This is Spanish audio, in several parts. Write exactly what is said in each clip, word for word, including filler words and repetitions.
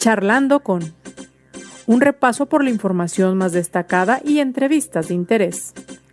Charlando con un repaso por la información más destacada y entrevistas de interés.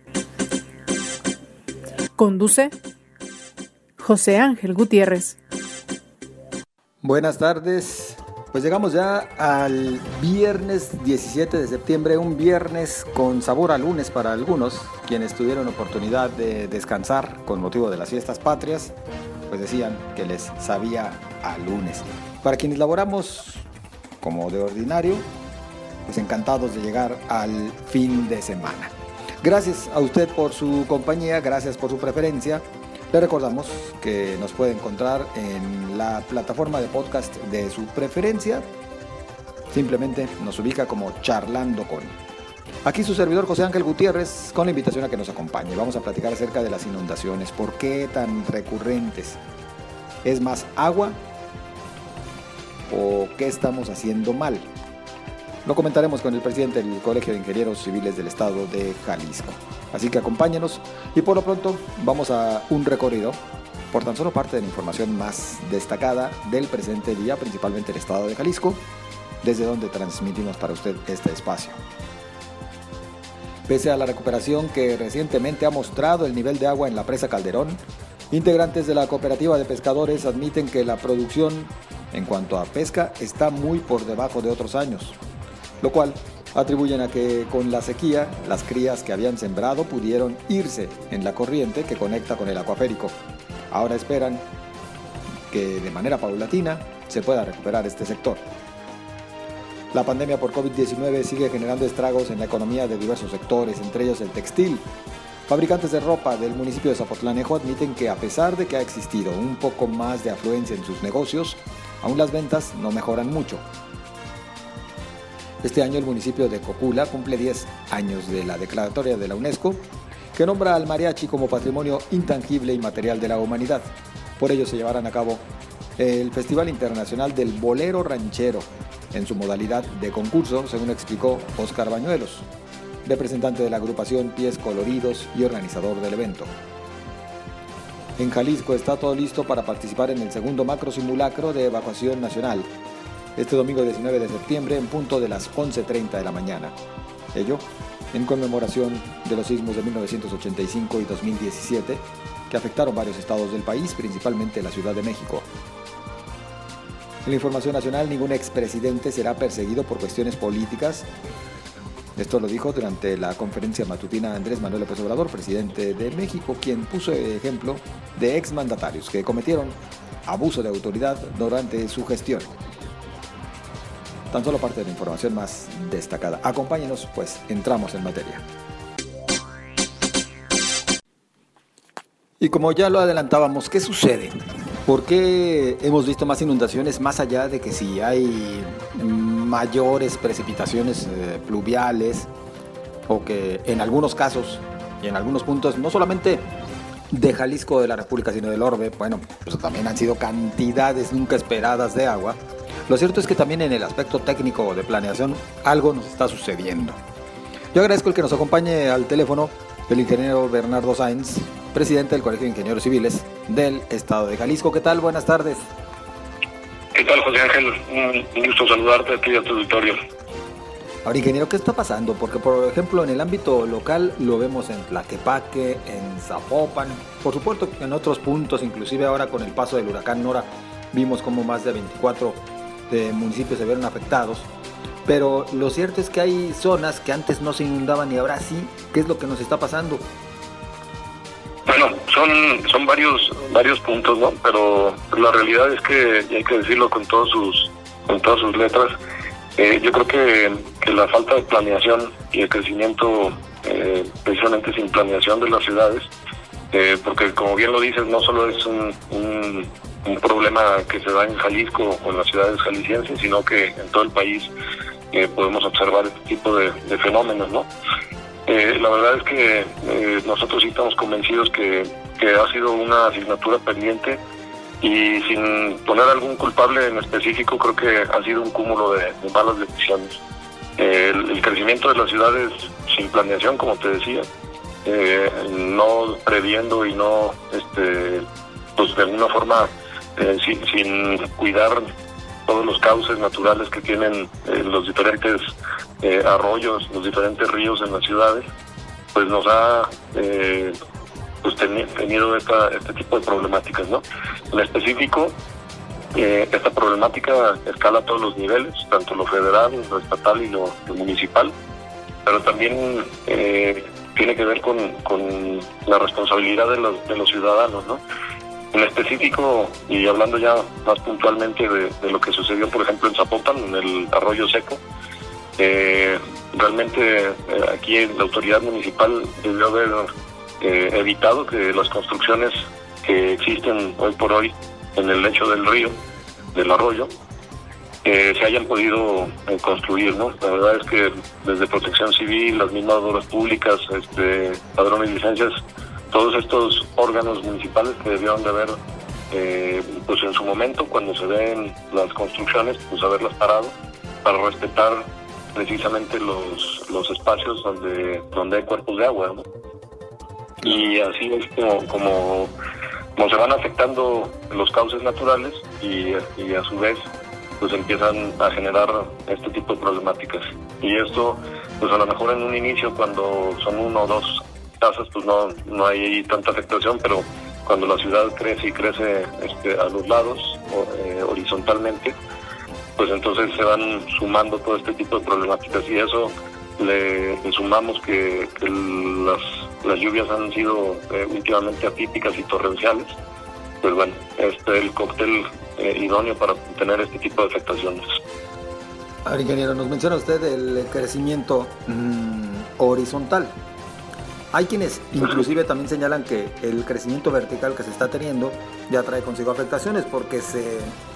Conduce José Ángel Gutiérrez. Buenas tardes, pues llegamos ya al viernes diecisiete de septiembre, un viernes con sabor a lunes para algunos, quienes tuvieron oportunidad de descansar con motivo de las fiestas patrias, pues decían que les sabía a lunes. Para quienes laboramos como de ordinario, pues encantados de llegar al fin de semana. Gracias a usted por su compañía, gracias por su preferencia. Le recordamos que nos puede encontrar en la plataforma de podcast de su preferencia. Simplemente nos ubica como Charlando con. Aquí su servidor José Ángel Gutiérrez con la invitación a que nos acompañe. Vamos a platicar acerca de las inundaciones. ¿Por qué tan recurrentes? ¿Es más agua o qué estamos haciendo mal? Lo comentaremos con el presidente del Colegio de Ingenieros Civiles del Estado de Jalisco. Así que acompáñenos y por lo pronto vamos a un recorrido por tan solo parte de la información más destacada del presente día, principalmente el Estado de Jalisco, desde donde transmitimos para usted este espacio. Pese a la recuperación que recientemente ha mostrado el nivel de agua en la presa Calderón, integrantes de la cooperativa de pescadores admiten que la producción en cuanto a pesca está muy por debajo de otros años, lo cual atribuyen a que con la sequía las crías que habían sembrado pudieron irse en la corriente que conecta con el acuaférico. Ahora esperan que de manera paulatina se pueda recuperar este sector. La pandemia por covid diecinueve sigue generando estragos en la economía de diversos sectores, entre ellos el textil. Fabricantes de ropa del municipio de Zapotlanejo admiten que a pesar de que ha existido un poco más de afluencia en sus negocios, aún las ventas no mejoran mucho. Este año el municipio de Cocula cumple diez años de la declaratoria de la UNESCO, que nombra al mariachi como patrimonio intangible y material de la humanidad. Por ello se llevarán a cabo el Festival Internacional del Bolero Ranchero, en su modalidad de concurso, según explicó Óscar Bañuelos, representante de la agrupación Pies Coloridos y organizador del evento. En Jalisco está todo listo para participar en el segundo macro simulacro de evacuación nacional, este domingo diecinueve de septiembre en punto de las once treinta de la mañana. Ello en conmemoración de los sismos de mil novecientos ochenta y cinco y dos mil diecisiete que afectaron varios estados del país, principalmente la Ciudad de México. En la información nacional, ningún expresidente será perseguido por cuestiones políticas. Esto lo dijo durante la conferencia matutina Andrés Manuel López Obrador, presidente de México, quien puso ejemplo de exmandatarios que cometieron abuso de autoridad durante su gestión. Tan solo parte de la información más destacada. Acompáñenos, pues entramos en materia. Y como ya lo adelantábamos, ¿qué sucede? ¿Por qué hemos visto más inundaciones más allá de que si hay mayores precipitaciones eh, pluviales o que en algunos casos y en algunos puntos, no solamente de Jalisco, de la República, sino del orbe, bueno, pues también han sido cantidades nunca esperadas de agua? Lo cierto es que también en el aspecto técnico de planeación algo nos está sucediendo. Yo agradezco el que nos acompañe al teléfono el ingeniero Bernardo Sáenz, presidente del Colegio de Ingenieros Civiles del Estado de Jalisco. ¿Qué tal? Buenas tardes. ¿Qué tal, José Ángel? Un gusto saludarte a ti y a tu auditorio. Ahora, ingeniero, ¿qué está pasando? Porque, por ejemplo, en el ámbito local lo vemos en Tlaquepaque, en Zapopan, por supuesto en otros puntos, inclusive ahora con el paso del huracán Nora, vimos como más de veinticuatro de municipios se vieron afectados. Pero lo cierto es que hay zonas que antes no se inundaban y ahora sí. ¿Qué es lo que nos está pasando? Bueno, son son varios varios puntos, ¿no? Pero la realidad es que, y hay que decirlo con todos sus con todas sus letras, eh, yo creo que, que la falta de planeación y el crecimiento eh, precisamente sin planeación de las ciudades, eh, porque como bien lo dices, no solo es un, un, un problema que se da en Jalisco o en las ciudades jaliscienses, sino que en todo el país eh, podemos observar este tipo de, de fenómenos, ¿no? Eh, la verdad es que eh, nosotros sí estamos convencidos que, que ha sido una asignatura pendiente y sin poner algún culpable en específico, creo que ha sido un cúmulo de, de malas decisiones. Eh, el, el crecimiento de las ciudades sin planeación, como te decía, eh, no previendo y no, este, pues de alguna forma, eh, sin, sin cuidar todos los cauces naturales que tienen eh, los diferentes eh, arroyos, los diferentes ríos en las ciudades, pues nos ha eh, pues teni- tenido esta, este tipo de problemáticas, ¿no? En específico, eh, esta problemática escala a todos los niveles, tanto lo federal, lo estatal y lo, lo municipal, pero también eh, tiene que ver con, con la responsabilidad de los, de los ciudadanos, ¿no? En específico, y hablando ya más puntualmente de, de lo que sucedió, por ejemplo, en Zapopan, en el Arroyo Seco, eh, realmente eh, aquí la autoridad municipal debió haber eh, evitado que las construcciones que existen hoy por hoy en el lecho del río, del arroyo, eh, se hayan podido eh, construir, ¿no? La verdad es que desde Protección Civil, las mismas obras públicas, este, padrones y licencias, todos estos órganos municipales que debieron de haber, eh, pues en su momento, cuando se ven las construcciones, pues haberlas parado para respetar precisamente los los espacios donde donde hay cuerpos de agua, ¿no? Y así es como, como, como se van afectando los cauces naturales y, y a su vez pues empiezan a generar este tipo de problemáticas. Y esto, pues a lo mejor en un inicio, cuando son uno o dos casas, pues no no hay tanta afectación, pero cuando la ciudad crece y crece este, a los lados, o, eh, horizontalmente, pues entonces se van sumando todo este tipo de problemáticas, y eso le, le sumamos que, que las, las lluvias han sido eh, últimamente atípicas y torrenciales. Pues bueno, este es el cóctel eh, idóneo para tener este tipo de afectaciones. A ver, ingeniero, nos menciona usted el crecimiento mmm, horizontal. Hay quienes inclusive también señalan que el crecimiento vertical que se está teniendo ya trae consigo afectaciones, porque se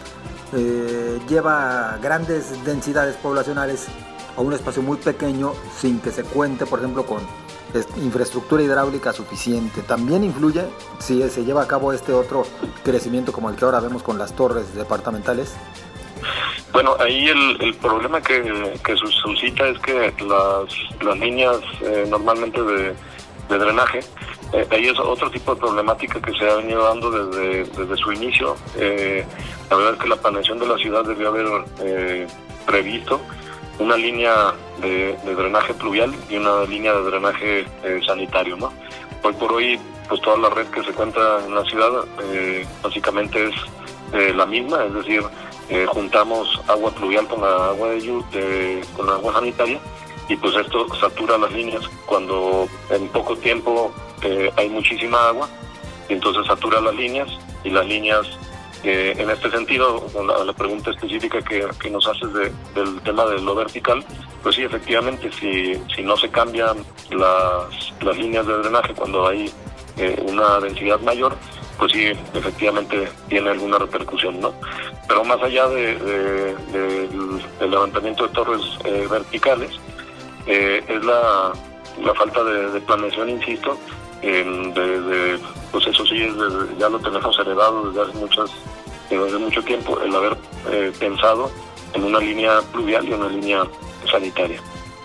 eh, lleva grandes densidades poblacionales a un espacio muy pequeño sin que se cuente, por ejemplo, con infraestructura hidráulica suficiente. También influye si se lleva a cabo este otro crecimiento como el que ahora vemos con las torres departamentales. Bueno, ahí el, el problema que, que suscita es que las, las líneas eh, normalmente de, de drenaje, eh, ahí es otro tipo de problemática que se ha venido dando desde, desde su inicio. Eh, la verdad es que la planeación de la ciudad debió haber eh, previsto una línea de, de drenaje pluvial y una línea de drenaje eh, sanitario, ¿no? Hoy por hoy, pues toda la red que se encuentra en la ciudad eh, básicamente es eh, la misma, es decir, eh, juntamos agua pluvial con la agua de, de con la agua sanitaria, y pues esto satura las líneas cuando en poco tiempo eh, hay muchísima agua, y entonces satura las líneas, y las líneas Eh, en este sentido, la, la pregunta específica que, que nos haces de, del tema de lo vertical, pues sí, efectivamente, si, si no se cambian las, las líneas de drenaje cuando hay eh, una densidad mayor, pues sí, efectivamente tiene alguna repercusión, ¿no? Pero más allá de, de, de, del, del levantamiento de torres eh, verticales, eh, es la, la falta de, de planeación, insisto, en de, de, pues eso sí, es de, ya lo tenemos heredado desde hace muchas desde mucho tiempo, el haber eh, pensado en una línea pluvial y una línea sanitaria.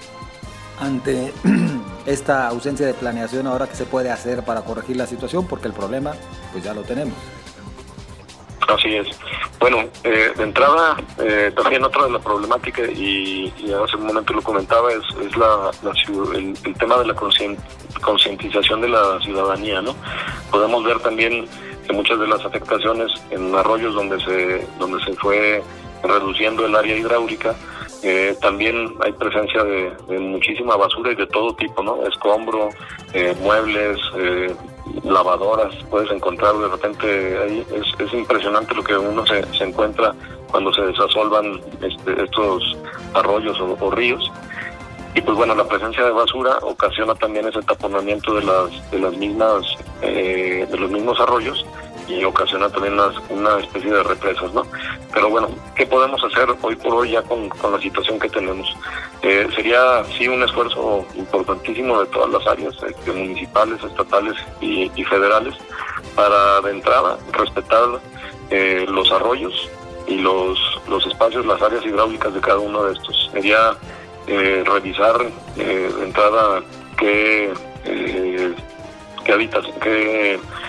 Ante esta ausencia de planeación, ahora qué se puede hacer para corregir la situación, porque el problema pues ya lo tenemos. Así es. Bueno, eh, de entrada, eh, también otra de la problemática, y, y hace un momento lo comentaba, es, es la, la el, el tema de la concientización de la ciudadanía, ¿no? Podemos ver también que muchas de las afectaciones en arroyos donde se donde se fue reduciendo el área hidráulica, eh, también hay presencia de, de muchísima basura y de todo tipo, ¿no? Escombro, eh, muebles, eh, lavadoras, puedes encontrar de repente ahí. Es, es impresionante lo que uno se, se encuentra cuando se desasolvan este, estos arroyos o, o ríos. Y pues bueno, la presencia de basura ocasiona también ese taponamiento de las de las mismas eh, de los mismos arroyos, y ocasiona también una, una especie de represas, ¿no? Pero bueno, ¿qué podemos hacer hoy por hoy ya con, con la situación que tenemos? Eh, sería sí un esfuerzo importantísimo de todas las áreas, eh, municipales, estatales y, y federales, para de entrada respetar eh, los arroyos y los los espacios, las áreas hidráulicas de cada uno de estos. Sería Eh, revisar eh, de entrada qué, eh, qué, habitas, qué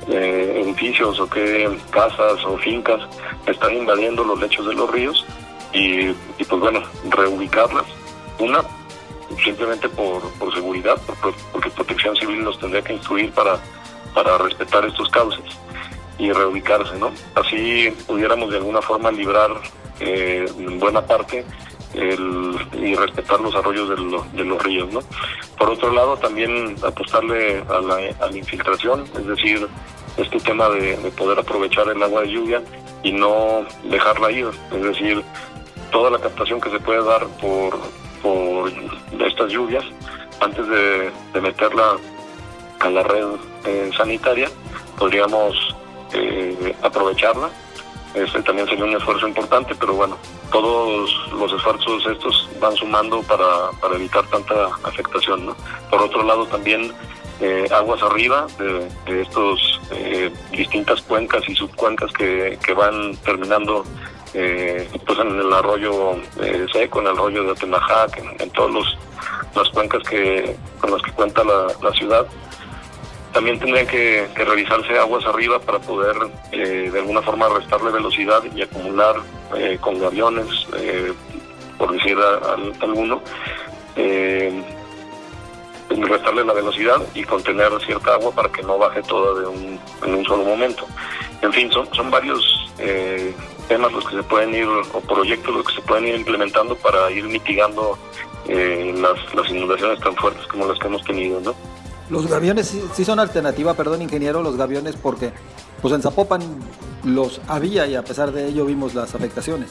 eh, edificios o qué casas o fincas están invadiendo los lechos de los ríos y, y pues bueno, reubicarlas. Una, simplemente por, por seguridad, por, porque Protección Civil nos tendría que instruir para, para respetar estos cauces y reubicarse, ¿no? Así pudiéramos de alguna forma librar eh, en buena parte el, y respetar los arroyos de, lo, de los ríos, ¿no? Por otro lado, también apostarle a la, a la infiltración, es decir, este tema de, de poder aprovechar el agua de lluvia y no dejarla ir, es decir, toda la captación que se puede dar por, por estas lluvias, antes de, de meterla a la red eh, sanitaria, podríamos eh, aprovecharla. Este también sería un esfuerzo importante, pero bueno, todos los esfuerzos estos van sumando para, para evitar tanta afectación, ¿no? Por otro lado, también eh, aguas arriba de, de estos eh, distintas cuencas y subcuencas que, que van terminando eh, pues en el arroyo eh, seco, en el arroyo de Atemajac, en, en todas las cuencas que con las que cuenta la, la ciudad. También tendrían que, que revisarse aguas arriba para poder eh, de alguna forma restarle velocidad y acumular eh, con gaviones, eh, por decir a, a, alguno, eh, restarle la velocidad y contener cierta agua para que no baje toda de un, en un solo momento. En fin, son, son varios eh, temas los que se pueden ir, o proyectos los que se pueden ir implementando para ir mitigando eh, las, las inundaciones tan fuertes como las que hemos tenido, ¿no? Los gaviones sí, sí son alternativa, perdón ingeniero, los gaviones, porque pues en Zapopan los había y a pesar de ello vimos las afectaciones.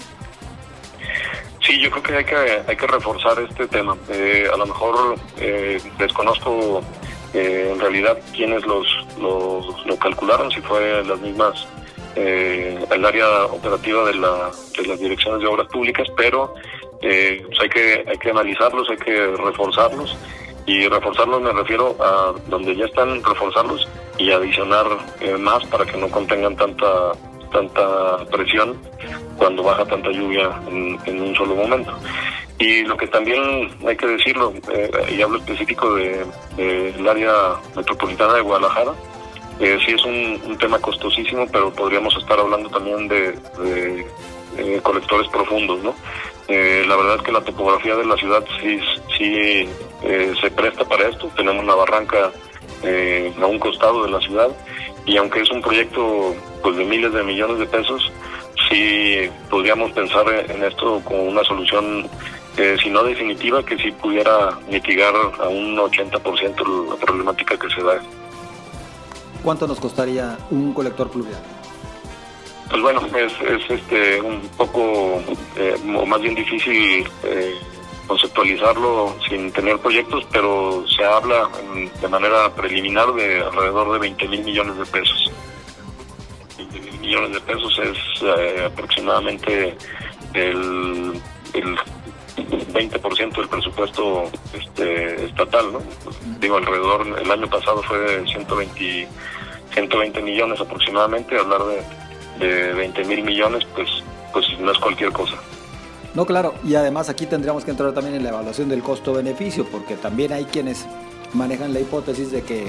Sí, yo creo que hay que, hay que reforzar este tema. Eh, a lo mejor eh, desconozco eh, en realidad quiénes los, los lo calcularon, si fue las mismas, eh, el área operativa de, la, de las direcciones de obras públicas, pero eh, pues hay que, hay que analizarlos, hay que reforzarlos. Y reforzarlos me refiero a donde ya están, reforzarlos y adicionar eh, más para que no contengan tanta tanta presión cuando baja tanta lluvia en, en un solo momento. Y lo que también hay que decirlo, eh, y hablo específico de, de el área metropolitana de Guadalajara, eh, sí es un, un tema costosísimo, pero podríamos estar hablando también de, de eh, colectores profundos, ¿no? Eh, la verdad es que la topografía de la ciudad sí, sí eh, se presta para esto. Tenemos una barranca eh, a un costado de la ciudad y aunque es un proyecto pues de miles de millones de pesos, sí podríamos pensar en esto como una solución, eh, si no definitiva, que sí pudiera mitigar a un ochenta por ciento la problemática que se da. ¿Cuánto nos costaría un colector pluvial? Pues bueno, es, es este un poco, eh, o más bien difícil eh, conceptualizarlo sin tener proyectos, pero se habla en, de manera preliminar de alrededor de veinte mil millones de pesos. veinte mil millones de pesos es eh, aproximadamente el, el veinte por ciento del presupuesto este, estatal, ¿no? Digo, alrededor, el año pasado fue de ciento veinte millones aproximadamente. Hablar de de veinte mil millones, pues, pues no es cualquier cosa. No, claro, y además aquí tendríamos que entrar también en la evaluación del costo-beneficio, porque también hay quienes manejan la hipótesis de que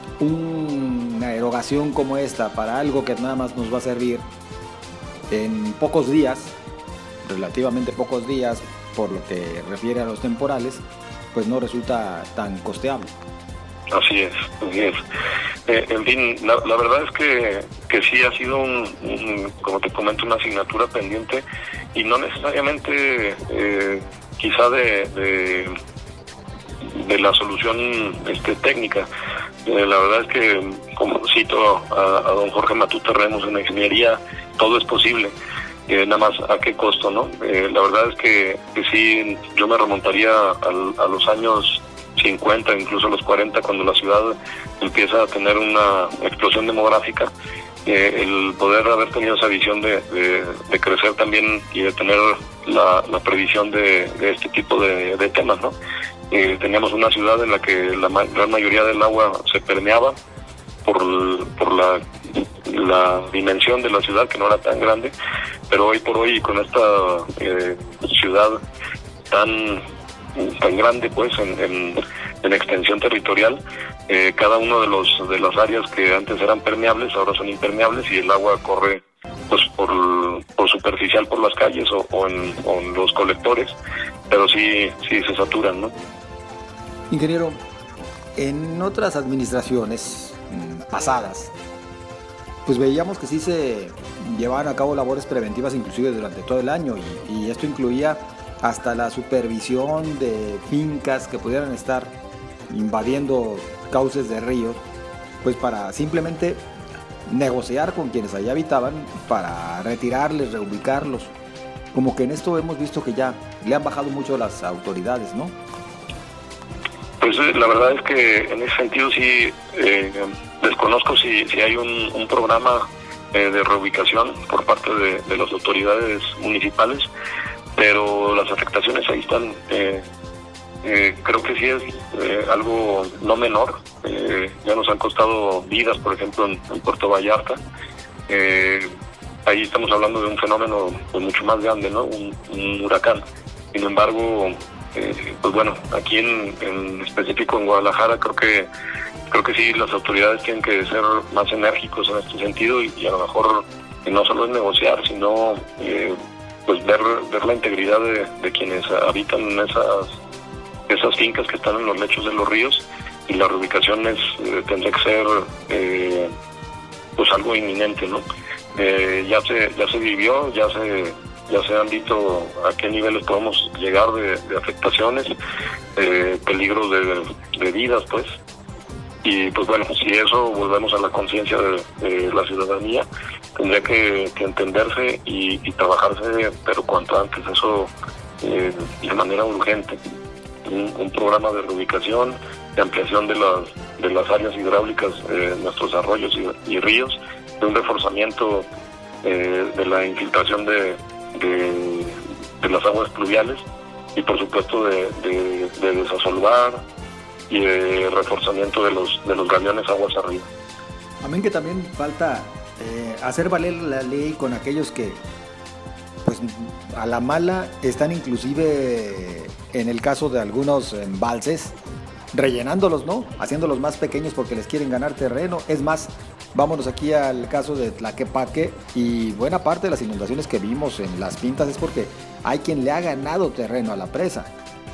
una erogación como esta para algo que nada más nos va a servir en pocos días, relativamente pocos días, por lo que refiere a los temporales, pues no resulta tan costeable. Así es, así es. Eh, en fin, la, la verdad es que, que sí ha sido, un, un, como te comento, una asignatura pendiente y no necesariamente eh, quizá de, de, de la solución este, técnica. Eh, la verdad es que, como cito a, a don Jorge Matute Remos, en la ingeniería todo es posible. Eh, nada más a qué costo, ¿no? Eh, la verdad es que, que sí, yo me remontaría al, a los años cincuenta, incluso los cuarenta, cuando la ciudad empieza a tener una explosión demográfica, eh, el poder haber tenido esa visión de, de, de crecer también y de tener la, la previsión de, de este tipo de, de temas, ¿no? Eh, teníamos una ciudad en la que la ma- gran mayoría del agua se permeaba por, por la, la dimensión de la ciudad, que no era tan grande, pero hoy por hoy con esta eh, ciudad tan tan grande, pues en, en, en extensión territorial. Eh, cada uno de los de las áreas que antes eran permeables ahora son impermeables y el agua corre pues por, por superficial por las calles o, o, en, o en los colectores, pero sí, sí se saturan, ¿no? Ingeniero, en otras administraciones mmm, pasadas, pues veíamos que sí se llevaban a cabo labores preventivas inclusive durante todo el año y, y esto incluía hasta la supervisión de fincas que pudieran estar invadiendo cauces de ríos, pues para simplemente negociar con quienes allá habitaban para retirarles, reubicarlos. Como que en esto hemos visto que ya le han bajado mucho las autoridades, ¿no? Pues la verdad es que en ese sentido sí eh, desconozco si, si hay un, un programa eh, de reubicación por parte de, de las autoridades municipales, pero las afectaciones ahí están. Eh, eh, creo que sí es eh, algo no menor. Eh, ya nos han costado vidas, por ejemplo, en, en Puerto Vallarta. Eh, ahí estamos hablando de un fenómeno pues, mucho más grande, ¿no? Un, un huracán. Sin embargo, eh, pues bueno, aquí en, en específico en Guadalajara creo que creo que sí las autoridades tienen que ser más enérgicos en este sentido y, y a lo mejor eh, no solo es negociar, sino eh, pues ver ver la integridad de, de quienes habitan en esas esas fincas que están en los lechos de los ríos, y la reubicación es, eh, tendría que ser eh, pues algo inminente, ¿no? Eh, ya se ya se vivió, ya se ya se han visto a qué niveles podemos llegar de, de afectaciones, eh, peligros de, de vidas, pues. Y pues bueno, si eso volvemos a la conciencia de, de la ciudadanía, tendría que, que entenderse y, y trabajarse, pero cuanto antes, eso eh, de manera urgente. Un, un programa de reubicación, de ampliación de las de las áreas hidráulicas eh, de nuestros arroyos y, y ríos, de un reforzamiento eh, de la infiltración de, de, de las aguas pluviales y por supuesto de, de, de desasolvar y de reforzamiento de los de los galeones aguas arriba. Amén, que también falta eh, hacer valer la ley con aquellos que pues a la mala están inclusive en el caso de algunos embalses rellenándolos, ¿no? Haciéndolos más pequeños porque les quieren ganar terreno. Es más, vámonos aquí al caso de Tlaquepaque y buena parte de las inundaciones que vimos en Las Pintas es porque hay quien le ha ganado terreno a la presa.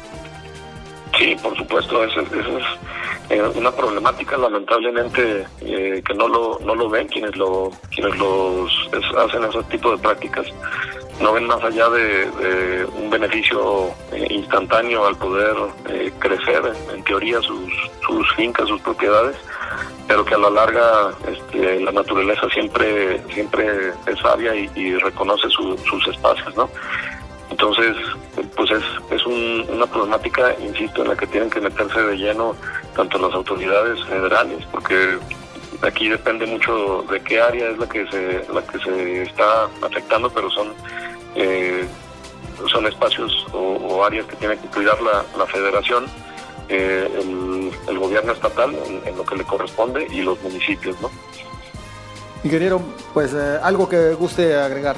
Sí, por supuesto, eso, eso es eh, una problemática lamentablemente eh, que no lo no lo ven quienes lo quienes los es, hacen ese tipo de prácticas. No ven más allá de, de un beneficio eh, instantáneo al poder eh, crecer, en teoría, sus, sus fincas, sus propiedades, pero que a la larga este, la naturaleza siempre siempre es sabia y, y reconoce su, sus espacios, ¿no? Entonces, pues es, es un, una problemática, insisto, en la que tienen que meterse de lleno tanto las autoridades federales, porque aquí depende mucho de qué área es la que se la que se está afectando, pero son eh, son espacios o, o áreas que tiene que cuidar la, la federación, eh, el, el gobierno estatal en, en lo que le corresponde y los municipios, ¿no? Ingeniero, pues eh, algo que guste agregar.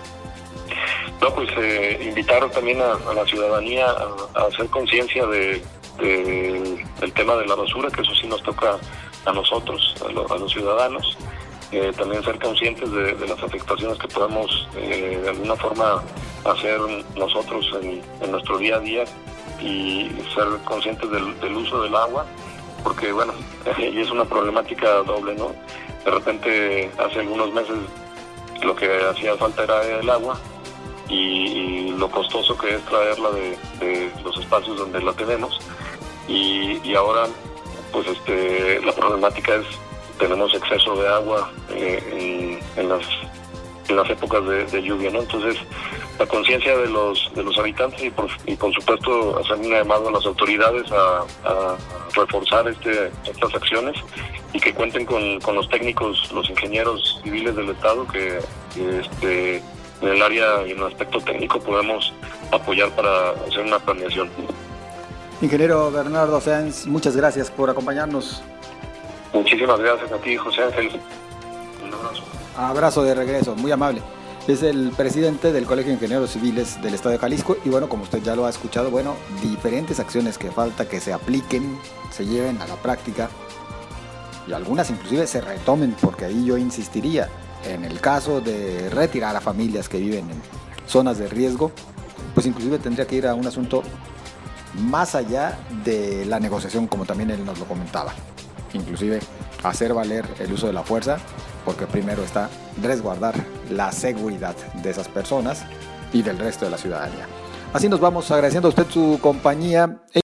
No, pues eh, invitar también a, a la ciudadanía a, a hacer conciencia de, de, del tema de la basura, que eso sí nos toca a nosotros, a, lo, a los ciudadanos. Eh, también ser conscientes de, de las afectaciones que podemos eh, de alguna forma hacer nosotros en, en nuestro día a día y ser conscientes del, del uso del agua, porque bueno, y es una problemática doble, ¿no? De repente hace algunos meses lo que hacía falta era el agua y, y lo costoso que es traerla de, de los espacios donde la tenemos y, y ahora pues este la problemática es tenemos exceso de agua eh, en, en las en las épocas de, de lluvia, ¿no? Entonces la conciencia de los de los habitantes y por, y por supuesto hacer un llamado a las autoridades a, a reforzar este estas acciones y que cuenten con, con los técnicos, los ingenieros civiles del estado que, que este en el área y en el aspecto técnico podemos apoyar para hacer una planeación. Ingeniero Bernardo Sáenz, muchas gracias por acompañarnos. Muchísimas gracias a ti, José Ángel. Un abrazo. Abrazo de regreso, muy amable. Es el presidente del Colegio de Ingenieros Civiles del Estado de Jalisco y bueno, como usted ya lo ha escuchado, bueno, diferentes acciones que falta que se apliquen, se lleven a la práctica y algunas inclusive se retomen, porque ahí yo insistiría, en el caso de retirar a familias que viven en zonas de riesgo, pues inclusive tendría que ir a un asunto más allá de la negociación, como también él nos lo comentaba, inclusive hacer valer el uso de la fuerza, porque primero está resguardar la seguridad de esas personas y del resto de la ciudadanía. Así nos vamos, agradeciendo a usted su compañía.